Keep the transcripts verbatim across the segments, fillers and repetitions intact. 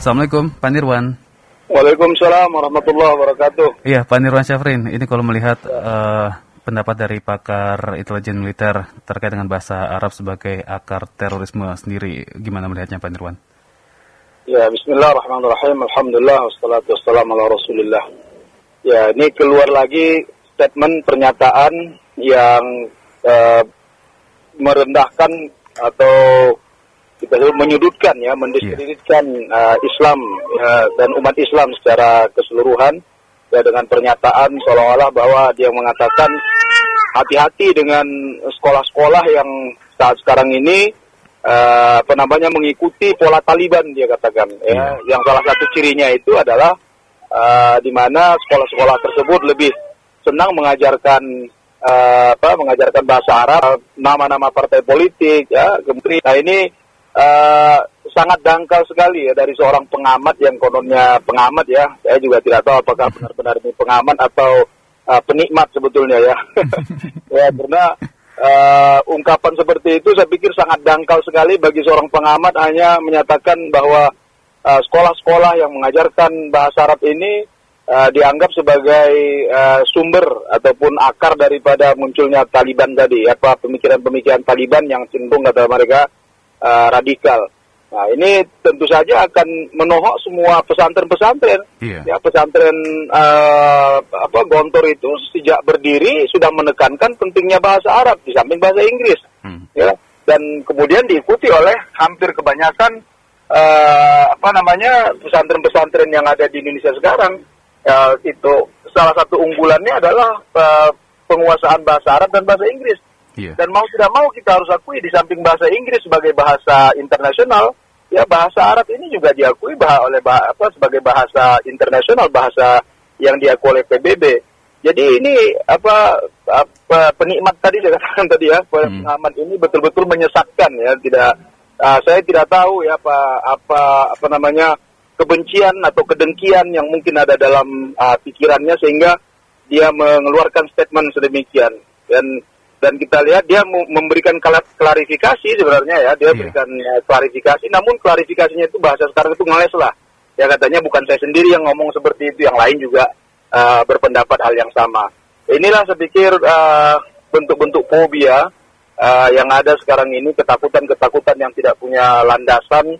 Assalamualaikum, Pak Nirwan. Waalaikumsalam warahmatullahi wabarakatuh. Iya, Pak Nirwan Syafrin. Ini kalau melihat uh, pendapat dari pakar intelijen militer terkait dengan bahasa Arab sebagai akar terorisme sendiri, gimana melihatnya, Pak Nirwan? Ya, bismillahirrahmanirrahim. Alhamdulillah, wassalatu wassalamu ala rasulillah. Ya, ini keluar lagi statement pernyataan yang uh, merendahkan atau kita sebut menyudutkan ya, mendiskreditkan uh, Islam ya, dan umat Islam secara keseluruhan ya, dengan pernyataan seolah-olah bahwa dia mengatakan hati-hati dengan sekolah-sekolah yang saat sekarang ini uh, apa namanya mengikuti pola Taliban, dia katakan ya, yang salah satu cirinya itu adalah uh, di mana sekolah-sekolah tersebut lebih senang mengajarkan uh, apa mengajarkan bahasa Arab, nama-nama partai politik ya, kemudian nah ini Uh, sangat dangkal sekali ya dari seorang pengamat yang kononnya pengamat ya. Saya juga tidak tahu apakah benar-benar ini pengamat atau uh, penikmat sebetulnya ya. Ya, karena uh, ungkapan seperti itu saya pikir sangat dangkal sekali bagi seorang pengamat hanya menyatakan bahwa uh, sekolah-sekolah yang mengajarkan bahasa Arab ini uh, dianggap sebagai uh, sumber ataupun akar daripada munculnya Taliban tadi, apa pemikiran-pemikiran Taliban yang cenderung kata mereka Uh, radikal. Nah, ini tentu saja akan menohok semua pesantren-pesantren. Yeah. Ya, pesantren uh, apa Gontor itu sejak berdiri sudah menekankan pentingnya bahasa Arab di samping bahasa Inggris. Hmm. Ya, dan kemudian diikuti oleh hampir kebanyakan uh, apa namanya pesantren-pesantren yang ada di Indonesia sekarang. Uh, itu salah satu unggulannya adalah uh, penguasaan bahasa Arab dan bahasa Inggris. Yeah. Dan mau tidak mau kita harus akui di samping bahasa Inggris sebagai bahasa internasional, ya bahasa Arab ini juga diakui bah- oleh bah- apa sebagai bahasa internasional, bahasa yang diakui oleh P B B. Jadi ini apa, apa penikmat tadi saya katakan tadi ya, pengamat hmm. ini betul-betul menyesatkan ya, tidak uh, saya tidak tahu ya apa apa apa namanya kebencian atau kedengkian yang mungkin ada dalam uh, pikirannya sehingga dia mengeluarkan statement sedemikian. Dan Dan kita lihat dia memberikan klarifikasi sebenarnya ya, dia yeah. berikan ya, klarifikasi, namun klarifikasinya itu bahasa sekarang itu ngeles lah. Ya katanya bukan saya sendiri yang ngomong seperti itu, yang lain juga uh, berpendapat hal yang sama. Inilah saya pikir uh, bentuk-bentuk fobia uh, yang ada sekarang ini, ketakutan-ketakutan yang tidak punya landasan,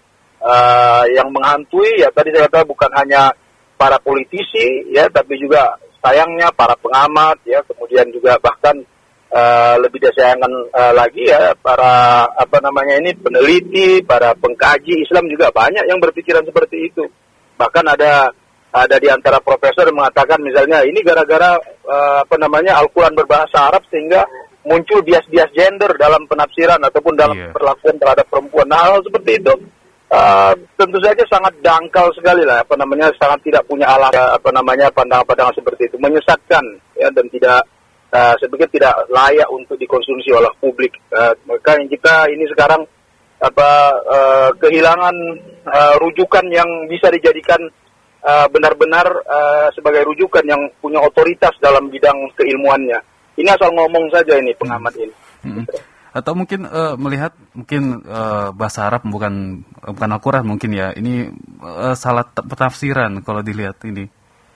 uh, yang menghantui ya tadi saya kata bukan hanya para politisi ya, tapi juga sayangnya para pengamat ya, kemudian juga bahkan Uh, lebih disayangkan uh, lagi ya para apa namanya ini peneliti, para pengkaji Islam juga banyak yang berpikiran seperti itu. Bahkan ada ada di antara profesor yang mengatakan misalnya ini gara-gara uh, apa namanya Al-Quran berbahasa Arab sehingga muncul bias-bias gender dalam penafsiran ataupun dalam yeah. perlakuan terhadap perempuan. Nah, hal seperti itu uh, tentu saja sangat dangkal sekali lah, apa namanya sangat tidak punya alasan, apa namanya pandangan-pandangan seperti itu, menyesatkan ya, dan tidak Uh, saya pikir tidak layak untuk dikonsumsi oleh publik. Uh, maka yang kita ini sekarang apa uh, kehilangan uh, rujukan yang bisa dijadikan uh, benar-benar uh, sebagai rujukan yang punya otoritas dalam bidang keilmuannya. Ini asal ngomong saja ini pengamat ini. Hmm. Atau mungkin uh, melihat mungkin uh, bahasa Arab bukan bukan Al-Quran mungkin ya. Ini uh, salah penafsiran kalau dilihat ini.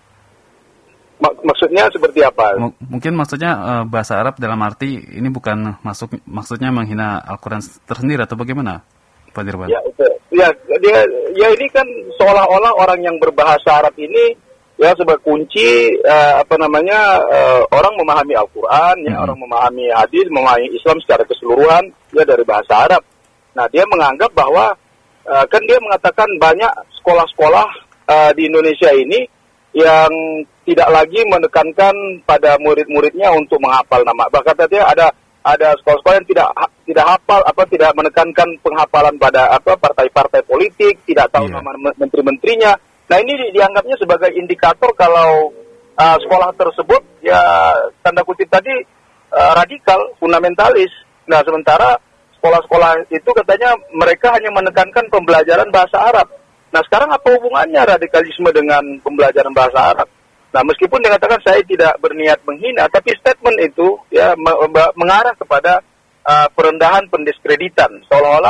Maksudnya seperti apa? M- mungkin maksudnya uh, bahasa Arab dalam arti ini bukan masuk maksudnya menghina Al-Quran tersendiri atau bagaimana, Pak Nirwan? Ya, itu. Ya, dia ya ini kan seolah-olah orang yang berbahasa Arab ini ya sebagai kunci uh, apa namanya uh, orang memahami Al-Quran, ya, hmm. orang memahami hadis, memahami Islam secara keseluruhan ya dari bahasa Arab. Nah, dia menganggap bahwa uh, kan dia mengatakan banyak sekolah-sekolah uh, di Indonesia ini yang tidak lagi menekankan pada murid-muridnya untuk menghafal nama. Bahkan tadi ada ada sekolah-sekolah yang tidak tidak hafal apa tidak menekankan penghafalan pada apa partai-partai politik, tidak tahu yeah. nama menteri-menterinya. Nah, ini di, dianggapnya sebagai indikator kalau uh, sekolah tersebut ya tanda kutip tadi uh, radikal, fundamentalis. Nah, sementara sekolah-sekolah itu katanya mereka hanya menekankan pembelajaran bahasa Arab. Nah, sekarang apa hubungannya radikalisme dengan pembelajaran bahasa Arab? Nah, meskipun dikatakan saya tidak berniat menghina, tapi statement itu ya mengarah kepada uh, perendahan, pendiskreditan. Seolah-olah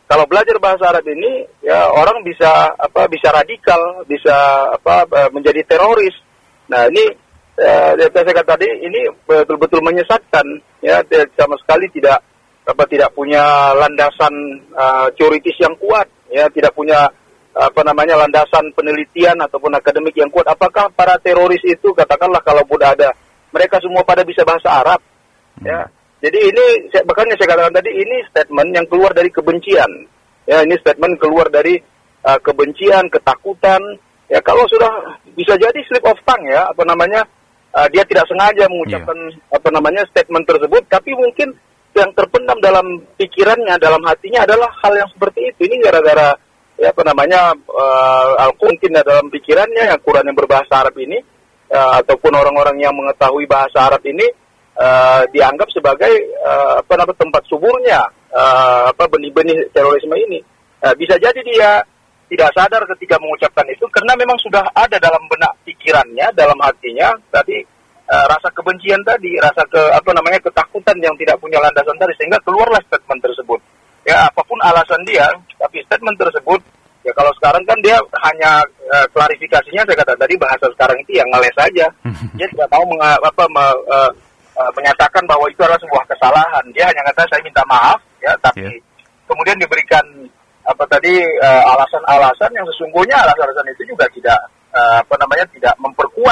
kalau belajar bahasa Arab ini ya orang bisa apa bisa radikal, bisa apa menjadi teroris. Nah ini eh, saya kata tadi ini betul-betul menyesatkan ya, sama sekali tidak apa tidak punya landasan uh, teoritis yang kuat ya, tidak punya apa namanya landasan penelitian ataupun akademik yang kuat. Apakah para teroris itu katakanlah kalau sudah ada mereka semua pada bisa bahasa Arab hmm. ya. Jadi ini, makanya saya katakan tadi, ini statement yang keluar dari kebencian. Ya, ini statement keluar dari uh, kebencian, ketakutan. Ya, kalau sudah bisa jadi slip of tongue ya, apa namanya, uh, dia tidak sengaja mengucapkan yeah. apa namanya statement tersebut, tapi mungkin yang terpendam dalam pikirannya, dalam hatinya adalah hal yang seperti itu. Ini gara-gara ya apa namanya, uh, mungkin dalam pikirannya yang Quran yang berbahasa Arab ini, uh, ataupun orang-orang yang mengetahui bahasa Arab ini, Uh, dianggap sebagai uh, apa namanya tempat suburnya uh, apa benih-benih terorisme ini. Uh, bisa jadi dia tidak sadar ketika mengucapkan itu karena memang sudah ada dalam benak pikirannya, dalam hatinya tadi uh, rasa kebencian tadi, rasa ke apa namanya ketakutan yang tidak punya landasan tadi, sehingga keluarlah statement tersebut. Ya apapun alasan dia, tapi statement tersebut ya kalau sekarang kan dia hanya uh, klarifikasinya saya kata tadi bahasa sekarang itu yang ngeles saja. Dia tidak mau meng, apa me, uh, Uh, menyatakan bahwa itu adalah sebuah kesalahan. Dia hanya kata saya minta maaf ya, tapi yeah. kemudian diberikan apa tadi uh, alasan-alasan yang sesungguhnya alasan-alasan itu juga tidak uh, apa namanya tidak memperkuat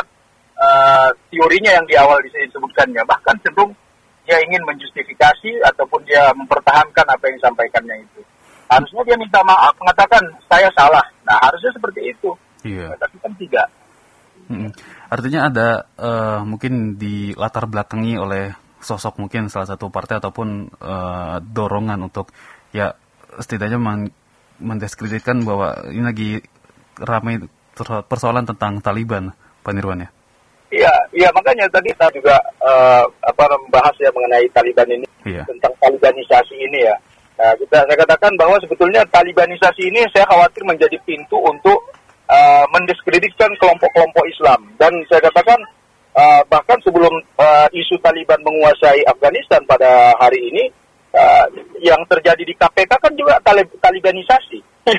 uh, teorinya yang di awal disebutkannya. Bahkan cenderung dia ingin menjustifikasi ataupun dia mempertahankan apa yang disampaikannya itu. Harusnya dia minta maaf, mengatakan saya salah. Nah harusnya seperti itu. Yeah. Tapi kan tidak. Hmm. Artinya ada uh, mungkin di latar belakangi oleh sosok mungkin salah satu partai ataupun uh, dorongan untuk ya setidaknya men- mendiskreditkan bahwa ini lagi ramai persoalan tentang Taliban, Pak Nirwan ya. Iya, iya makanya tadi kita juga uh, apa membahas ya mengenai Taliban ini, iya. tentang Talibanisasi ini ya. Nah, kita saya katakan bahwa sebetulnya Talibanisasi ini saya khawatir menjadi pintu untuk Uh, mendiskreditkan kelompok-kelompok Islam. Dan saya katakan uh, bahkan sebelum uh, isu Taliban menguasai Afghanistan pada hari ini, uh, yang terjadi di K P K kan juga talib- Talibanisasi.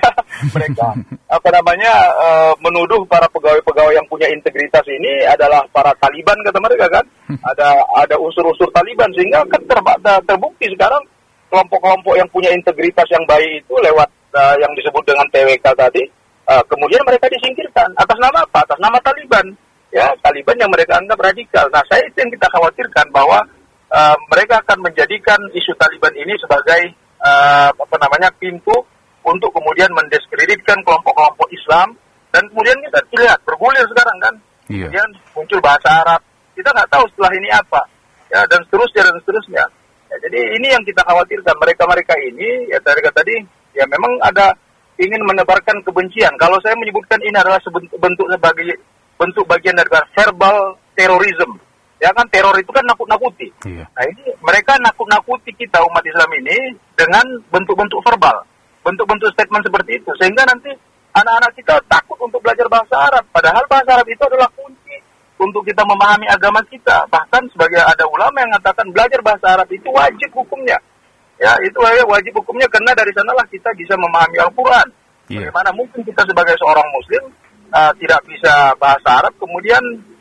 Mereka apa namanya uh, menuduh para pegawai-pegawai yang punya integritas ini adalah para Taliban kata mereka kan. Ada ada unsur-unsur Taliban sehingga kan ter- terbukti sekarang kelompok-kelompok yang punya integritas yang baik itu lewat uh, yang disebut dengan T W K tadi. Uh, kemudian mereka disingkirkan atas nama apa? Atas nama Taliban, ya Taliban yang mereka anggap radikal. Nah, saya itu yang kita khawatirkan bahwa uh, mereka akan menjadikan isu Taliban ini sebagai uh, apa namanya pintu untuk kemudian mendiskreditkan kelompok-kelompok Islam dan kemudian kita lihat bergulir sekarang kan, iya. kemudian muncul bahasa Arab, kita nggak tahu setelah ini apa, ya dan seterusnya dan seterusnya. Ya, jadi ini yang kita khawatirkan mereka-mereka ini, ya tadi tadi ya memang ada ingin menebarkan kebencian. Kalau saya menyebutkan ini adalah sebentuk, bentuk sebagai bentuk bagian dari verbal terorisme. Ya kan teror itu kan nakut-nakuti. Iya. Nah ini mereka nakut-nakuti kita umat Islam ini dengan bentuk-bentuk verbal, bentuk-bentuk statement seperti itu. Sehingga nanti anak-anak kita takut untuk belajar bahasa Arab. Padahal bahasa Arab itu adalah kunci untuk kita memahami agama kita. Bahkan sebagai ada ulama yang mengatakan belajar bahasa Arab itu wajib hukumnya. Ya, itu wajib hukumnya karena dari sanalah kita bisa memahami Al-Quran. Yeah. Bagaimana mungkin kita sebagai seorang Muslim uh, tidak bisa bahasa Arab, kemudian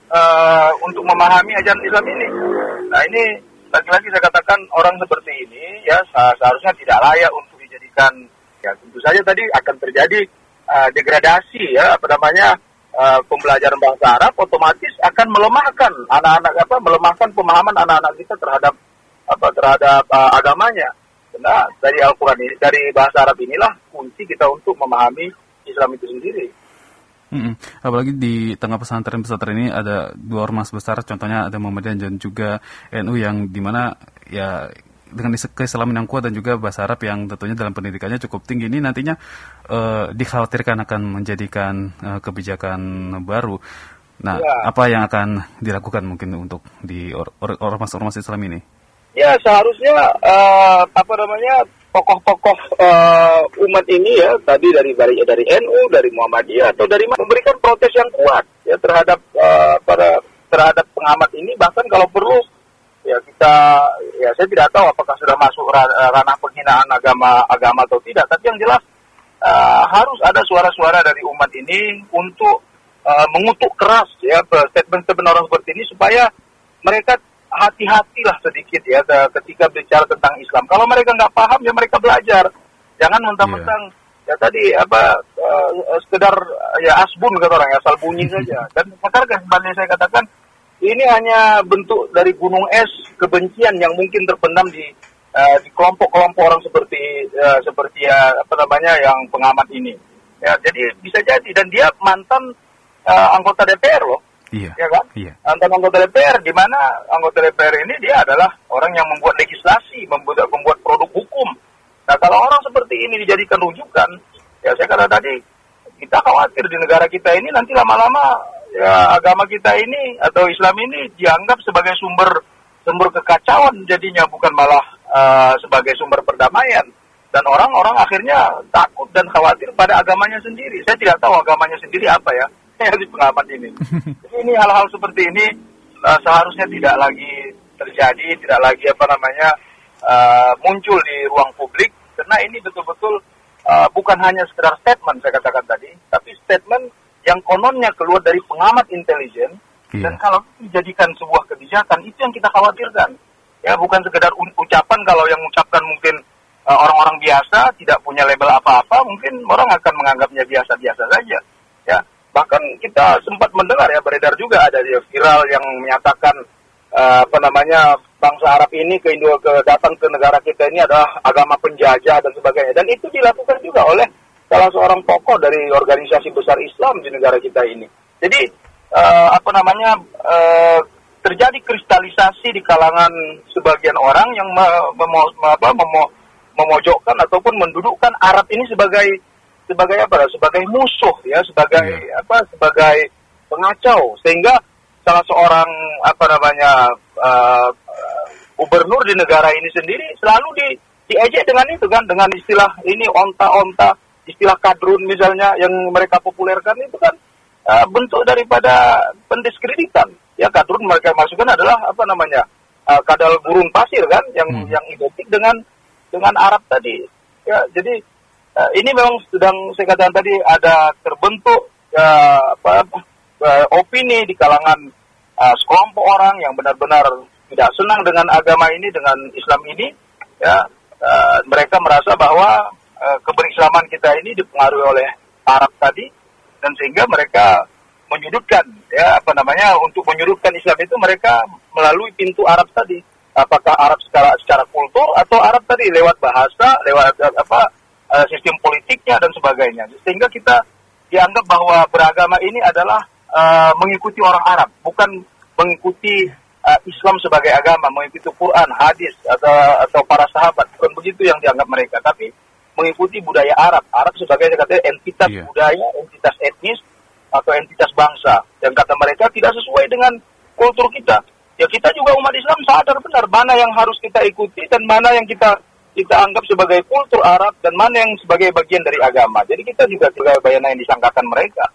uh, untuk memahami ajaran Islam ini. Nah ini lagi-lagi saya katakan orang seperti ini ya seharusnya tidak layak untuk dijadikan. Ya tentu saja tadi akan terjadi uh, degradasi ya apa namanya uh, pembelajaran bahasa Arab otomatis akan melemahkan anak-anak apa melemahkan pemahaman anak-anak kita terhadap apa terhadap uh, agamanya. Nah, dari Al-Quran ini, dari bahasa Arab inilah kunci kita untuk memahami Islam itu sendiri. Mm-hmm. Apalagi di tengah pesantren-pesantren ini ada dua ormas besar, contohnya ada Muhammadiyah dan juga N U yang dimana ya dengan keislaman yang kuat dan juga bahasa Arab yang tentunya dalam pendidikannya cukup tinggi ini nantinya uh, dikhawatirkan akan menjadikan uh, kebijakan baru. Nah, ya. Apa yang akan dilakukan mungkin untuk di or- or- ormas-ormas Islam ini? Ya seharusnya uh, apa namanya tokoh-tokoh uh, umat ini ya tadi dari dari dari N U, dari Muhammadiyah atau dari memberikan protes yang kuat ya terhadap uh, pada terhadap pengamat ini, bahkan kalau perlu ya kita, ya saya tidak tahu apakah sudah masuk ranah penghinaan agama agama atau tidak, tapi yang jelas uh, harus ada suara-suara dari umat ini untuk uh, mengutuk keras ya statement-statement orang seperti ini supaya mereka hati-hatilah sedikit ya ketika bicara tentang Islam. Kalau mereka nggak paham ya mereka belajar, jangan mentang-mentang yeah. ya tadi apa uh, sekedar ya asbun kata orang, asal bunyi saja. Dan makanya sebenarnya saya katakan ini hanya bentuk dari gunung es kebencian yang mungkin terpendam di uh, di kelompok-kelompok orang seperti uh, seperti ya apa namanya yang pengamat ini. Ya, jadi bisa jadi, dan dia mantan uh, anggota D P R loh. Iya. Ya kan? Iya. Mantan anggota D P R, di mana anggota D P R ini dia adalah orang yang membuat legislasi, membuat membuat produk hukum. Nah, kalau orang seperti ini dijadikan rujukan, ya saya kata tadi, kita khawatir di negara kita ini nanti lama-lama ya agama kita ini atau Islam ini dianggap sebagai sumber sumber kekacauan jadinya, bukan malah uh, sebagai sumber perdamaian. Dan orang-orang akhirnya takut dan khawatir pada agamanya sendiri. Saya tidak tahu agamanya sendiri apa ya, di pengamat ini. Jadi ini hal-hal seperti ini uh, seharusnya tidak lagi terjadi, tidak lagi apa namanya uh, muncul di ruang publik, karena ini betul-betul uh, bukan hanya sekedar statement saya katakan tadi, tapi statement yang kononnya keluar dari pengamat intelijen, iya. Dan kalau dijadikan sebuah kebijakan, itu yang kita khawatirkan. Ya, bukan sekedar ucapan, kalau yang mengucapkan mungkin uh, orang-orang biasa, tidak punya label apa-apa, mungkin orang akan menganggapnya biasa-biasa saja. Ya, bahkan kita sempat mendengar ya, beredar juga ada dia viral yang menyatakan uh, apa namanya bangsa Arab ini ke Indo ke datang ke negara kita ini adalah agama penjajah dan sebagainya. Dan itu dilakukan juga oleh salah seorang tokoh dari organisasi besar Islam di negara kita ini. Jadi uh, apa namanya uh, terjadi kristalisasi di kalangan sebagian orang yang mem- mem- apa, mem- memojokkan ataupun mendudukkan Arab ini sebagai sebagai apa? Sebagai musuh ya, sebagai yeah. apa? Sebagai pengacau, sehingga salah seorang apa namanya uh, gubernur di negara ini sendiri selalu di diejek dengan itu kan, dengan istilah ini onta-onta, istilah kadrun misalnya yang mereka populerkan itu kan uh, bentuk daripada pendiskreditan. Ya, kadrun mereka masukkan adalah apa namanya uh, kadal gurun pasir kan, yang hmm. yang identik dengan dengan Arab tadi. Ya, jadi uh, ini memang sedang saya katakan tadi ada terbentuk uh, apa uh, opini di kalangan uh, sekelompok orang yang benar-benar tidak senang dengan agama ini, dengan Islam ini. Ya, uh, mereka merasa bahwa uh, keberislaman kita ini dipengaruhi oleh Arab tadi, dan sehingga mereka menyudutkan, ya apa namanya, untuk menyudutkan Islam itu mereka melalui pintu Arab tadi. Apakah Arab secara secara kultur atau Arab tadi lewat bahasa, lewat apa sistem politiknya dan sebagainya. Sehingga kita dianggap bahwa beragama ini adalah uh, mengikuti orang Arab, bukan mengikuti uh, Islam sebagai agama, mengikuti Quran, hadis atau atau para sahabat. Bukan begitu yang dianggap mereka, tapi mengikuti budaya Arab. Arab sebagai katanya entitas yeah. budaya, entitas etnis atau entitas bangsa, yang kata mereka tidak sesuai dengan kultur kita. Ya, kita juga umat Islam sadar benar mana yang harus kita ikuti dan mana yang kita kita anggap sebagai kultur Arab dan mana yang sebagai bagian dari agama. Jadi kita juga sebagai bagian yang disangkakan mereka.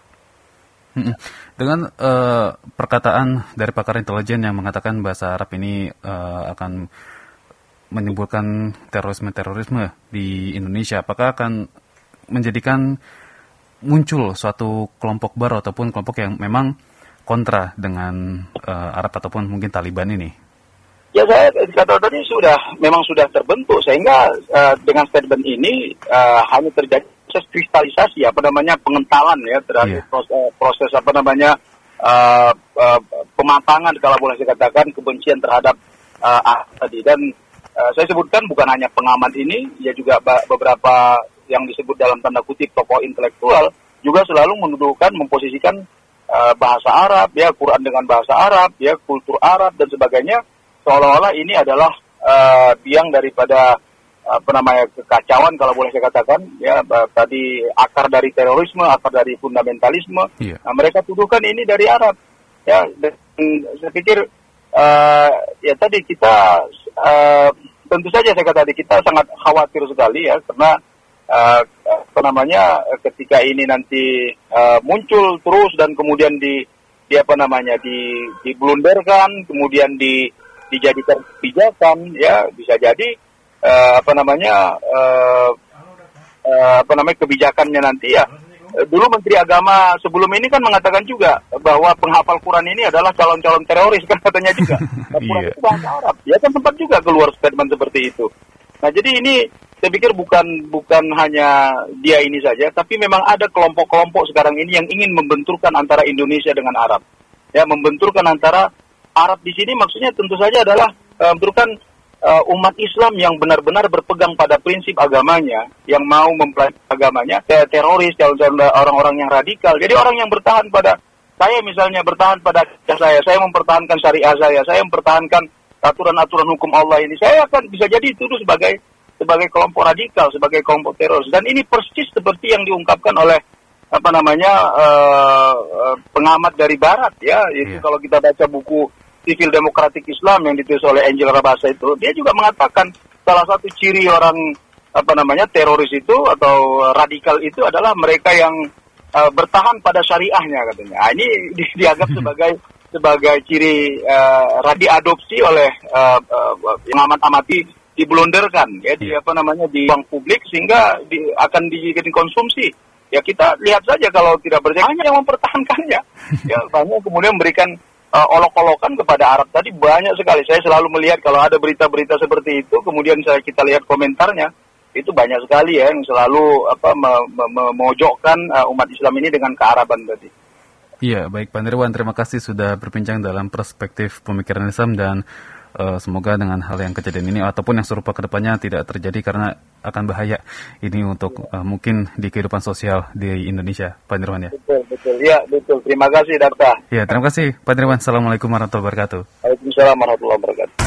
Dengan uh, perkataan dari pakar intelijen yang mengatakan bahasa Arab ini uh, akan menimbulkan terorisme-terorisme di Indonesia, apakah akan menjadikan muncul suatu kelompok baru ataupun kelompok yang memang kontra dengan uh, Arab ataupun mungkin Taliban ini? Ya, saya kata tadi sudah memang sudah terbentuk, sehingga uh, dengan statement ini uh, hanya terjadi proses kristalisasi apa namanya pengentalan ya terhadap yeah. proses, proses apa namanya uh, uh, pematangan kalau boleh saya katakan kebencian terhadap uh, Arab tadi. Dan uh, saya sebutkan bukan hanya pengamat ini, ya juga ba- beberapa yang disebut dalam tanda kutip tokoh intelektual juga selalu mendudukan, memposisikan uh, bahasa Arab, ya Quran dengan bahasa Arab, ya kultur Arab dan sebagainya, seolah-olah ini adalah uh, biang daripada uh, apa namanya kekacauan kalau boleh saya katakan, ya uh, tadi akar dari terorisme, akar dari fundamentalisme. Yeah. Nah, mereka tuduhkan ini dari Arab, ya. Dan saya pikir uh, ya tadi kita uh, tentu saja saya kata tadi kita sangat khawatir sekali ya, karena Uh, apa namanya ketika ini nanti uh, muncul terus dan kemudian di, di apa namanya di diblunderkan, kemudian di dijadikan kebijakan, ya bisa jadi uh, apa namanya uh, uh, apa namanya kebijakannya nanti ya. Dulu Menteri Agama sebelum ini kan mengatakan juga bahwa penghafal Quran ini adalah calon-calon teroris kan katanya juga. Nah, Quran itu bahasa Arab. Ya kan sempat juga keluar statement seperti itu. Nah jadi ini saya pikir bukan bukan hanya dia ini saja, tapi memang ada kelompok-kelompok sekarang ini yang ingin membenturkan antara Indonesia dengan Arab. Ya, membenturkan antara Arab di sini maksudnya tentu saja adalah uh, membenturkan uh, umat Islam yang benar-benar berpegang pada prinsip agamanya, yang mau mempelajari agamanya, kayak teroris, calon-calon orang-orang yang radikal. Jadi orang yang bertahan pada, saya misalnya bertahan pada saya, saya mempertahankan syariah saya, saya mempertahankan aturan-aturan hukum Allah ini, saya akan bisa jadi dituduh sebagai sebagai kelompok radikal, sebagai kelompok teroris. Dan ini persis seperti yang diungkapkan oleh apa namanya uh, uh, pengamat dari Barat, ya. Itu yeah. Kalau kita baca buku Sivil Demokratik Islam yang ditulis oleh Angel Rabasa itu, dia juga mengatakan salah satu ciri orang apa namanya teroris itu atau radikal itu adalah mereka yang uh, bertahan pada syariahnya katanya. Nah, ini di, dianggap sebagai sebagai ciri uh, diadopsi oleh uh, uh, pengamat-amati, diblunderkan ya di apa namanya di ruang publik sehingga di, akan dijadikan konsumsi. Ya kita lihat saja kalau tidak percaya hanya yang mempertahankannya. Ya banyak kemudian memberikan Uh, olok-olokan kepada Arab tadi banyak sekali. Saya selalu melihat kalau ada berita-berita seperti itu, kemudian saya kita lihat komentarnya, itu banyak sekali ya yang selalu apa memojokkan uh, umat Islam ini dengan kearaban tadi. Iya, baik Pak Nirwan, terima kasih sudah berbincang dalam perspektif pemikiran Islam dan uh, semoga dengan hal yang kejadian ini ataupun yang serupa ke depannya tidak terjadi karena akan bahaya ini untuk uh, mungkin di kehidupan sosial di Indonesia, Pak Nirwan ya. Betul, betul. Ya, betul. Terima kasih, Dakta. Ya, terima kasih Pak Nirwan. Assalamualaikum warahmatullahi wabarakatuh. Waalaikumsalam warahmatullahi wabarakatuh.